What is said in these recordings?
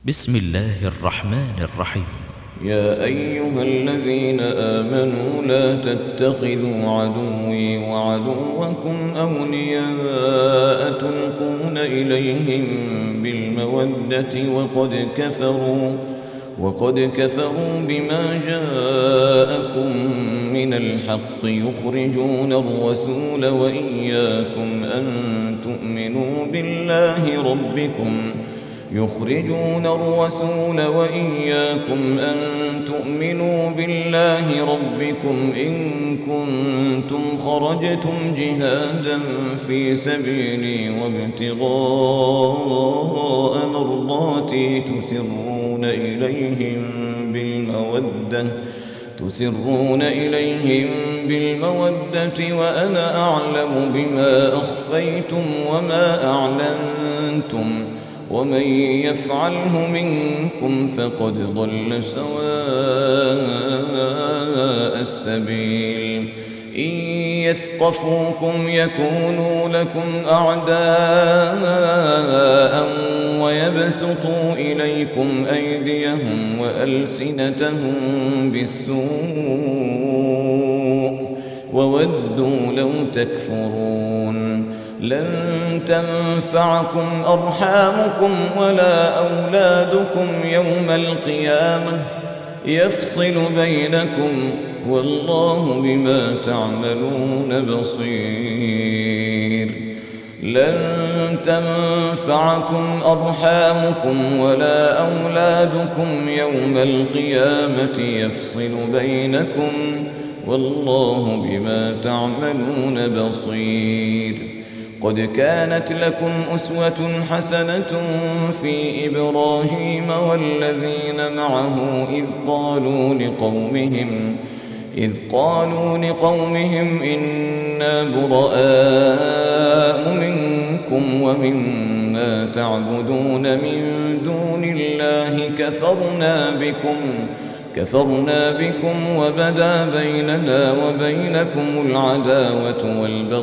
بسم الله الرحمن الرحيم. يا أيها الذين آمنوا لا تتخذوا عدوي وعدوكم أولياء تلقون إليهم بالمودة وقد كفروا بما جاءكم من الحق يخرجون الرسول وإياكم أن تؤمنوا بالله ربكم إن كنتم خرجتم جهادا في سبيلي وابتغاء مرضاتي تسرون إليهم بالمودة وأنا أعلم بما أخفيتم وما أعلنتم ومن يفعله منكم فقد ضل سواء السبيل إن يثقفوكم يكونوا لكم أعداء ويبسطوا إليكم أيديهم وألسنتهم بالسوء وودوا لو تكفرون لن تنفعكم أرحامكم ولا أولادكم يوم القيامة يفصل بينكم والله بما تعملون بصير لن تنفعكم أرحامكم ولا أولادكم يوم القيامة يفصل بينكم والله بما تعملون بصير قد كانت لكم أسوة حسنة في إبراهيم والذين معه إذ قالوا لقومهم إنا براء منكم ومما تعبدون من دون الله كفرنا بكم وبدا بيننا وبينكم العداوة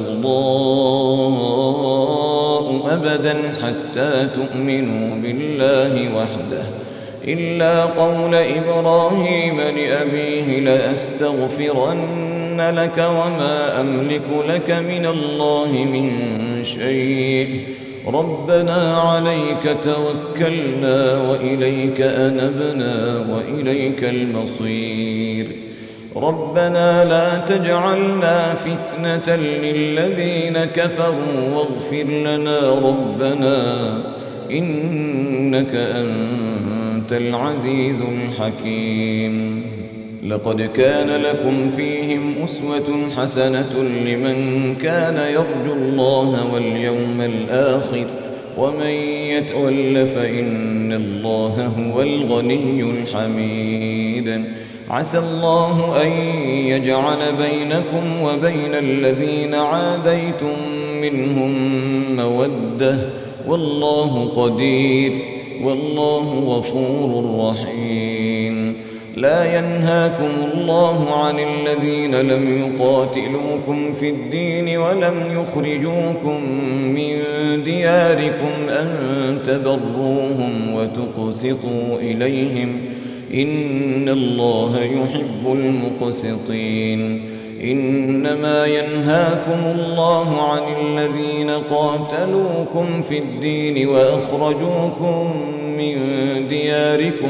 والبغضاء أبدا حتى تؤمنوا بالله وحده إلا قول إبراهيم لأبيه لأستغفرن لك وما أملك لك من الله من شيء ربنا عليك توكلنا وإليك أنبنا وإليك المصير ربنا لا تجعلنا فتنة للذين كفروا واغفر لنا ربنا إنك أنت العزيز الحكيم لقد كان لكم فيهم أسوة حسنة لمن كان يرجو الله واليوم الآخر ومن يتول فإن الله هو الغني الحميد عسى الله أن يجعل بينكم وبين الذين عاديتم منهم مودة والله قدير والله غفور رحيم لا ينهاكم الله عن الذين لم يقاتلوكم في الدين ولم يخرجوكم من دياركم أن تبروهم وتقسطوا إليهم إن الله يحب المقسطين إنما ينهاكم الله عن الذين قاتلوكم في الدين وأخرجوكم من دياركم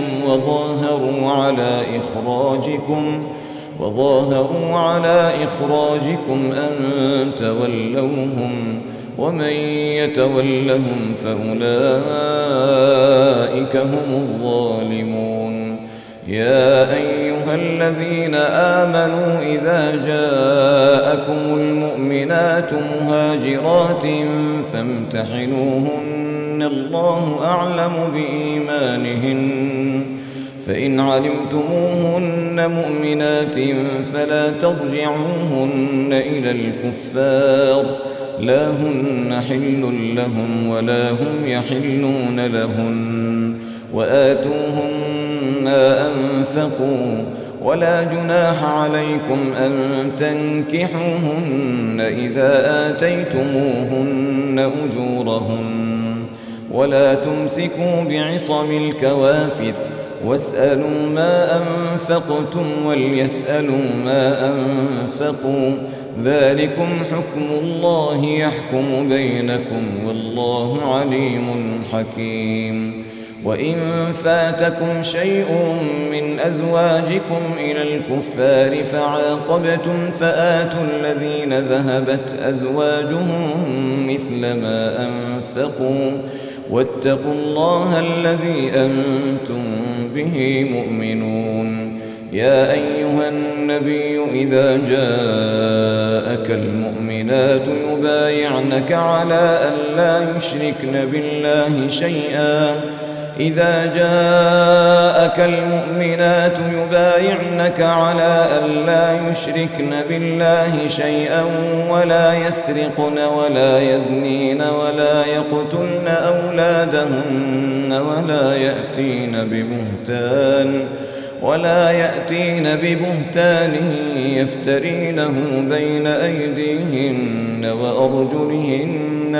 وظاهروا على إخراجكم أن تولوهم ومن يتولهم فأولئك هم الظالمون يا أيها الذين آمنوا إذا جاءكم المؤمنات مهاجرات فامتحنوهن الله أعلم بإيمانهن فإن علمتموهن مؤمنات فلا ترجعوهن إلى الكفار لا هن حل لهم ولا هم يحلون لهن وآتوهم ما أنفقوا ولا جناح عليكم أن تنكحوهن إذا آتيتموهن أجورهن ولا تمسكوا بعصم الكوافر واسألوا ما أنفقتم وليسألوا ما أنفقوا ذلكم حكم الله يحكم بينكم والله عليم حكيم. وإن فاتكم شيء من أزواجكم إلى الكفار فعاقبتم فآتوا الذين ذهبت أزواجهم مثل ما أنفقوا واتقوا الله الذي أنتم به مؤمنون. يا أيها النبي إذا جاءك المؤمنات يبايعنك على أن لا يشركن بالله شيئا ولا يسرقن ولا يزنين ولا يقتلن أولادهن ولا يأتين ببهتان يفترينه بين أيديهن وأرجلهن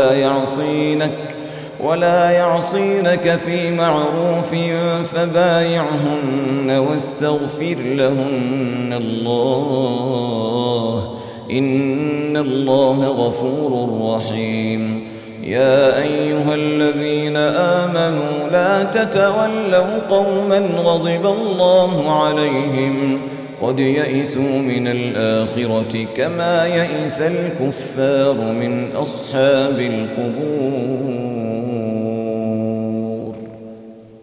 ولا يعصينك في معروف فبايعهن واستغفر لهن الله إن الله غفور رحيم. يا أيها الذين آمنوا لا تتولوا قوما غضب الله عليهم قد يئسوا من الآخرة كما يئس الكفار من أصحاب القبور.